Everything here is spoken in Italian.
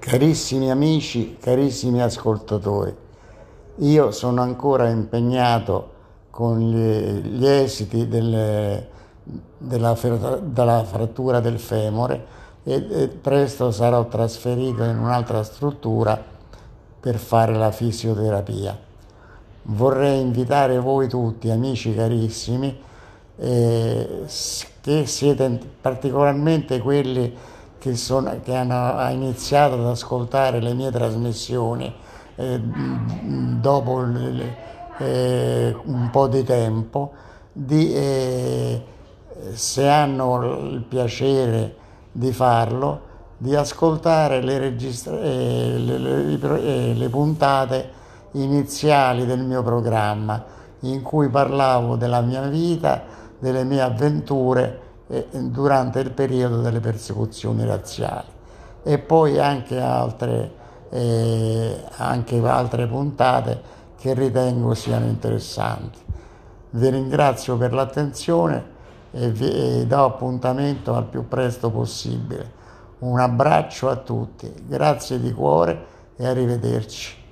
Carissimi amici, carissimi ascoltatori, io sono ancora impegnato con gli esiti della frattura del femore e presto sarò trasferito in un'altra struttura per fare la fisioterapia. Vorrei invitare voi tutti, amici carissimi, che siete particolarmente quelli che hanno iniziato ad ascoltare le mie trasmissioni dopo un po' di tempo, se hanno il piacere di farlo, di ascoltare le puntate iniziali del mio programma, in cui parlavo della mia vita, delle mie avventure durante il periodo delle persecuzioni razziali, e poi anche altre puntate che ritengo siano interessanti. Vi ringrazio per l'attenzione e do appuntamento al più presto possibile. Un abbraccio a tutti, grazie di cuore e arrivederci.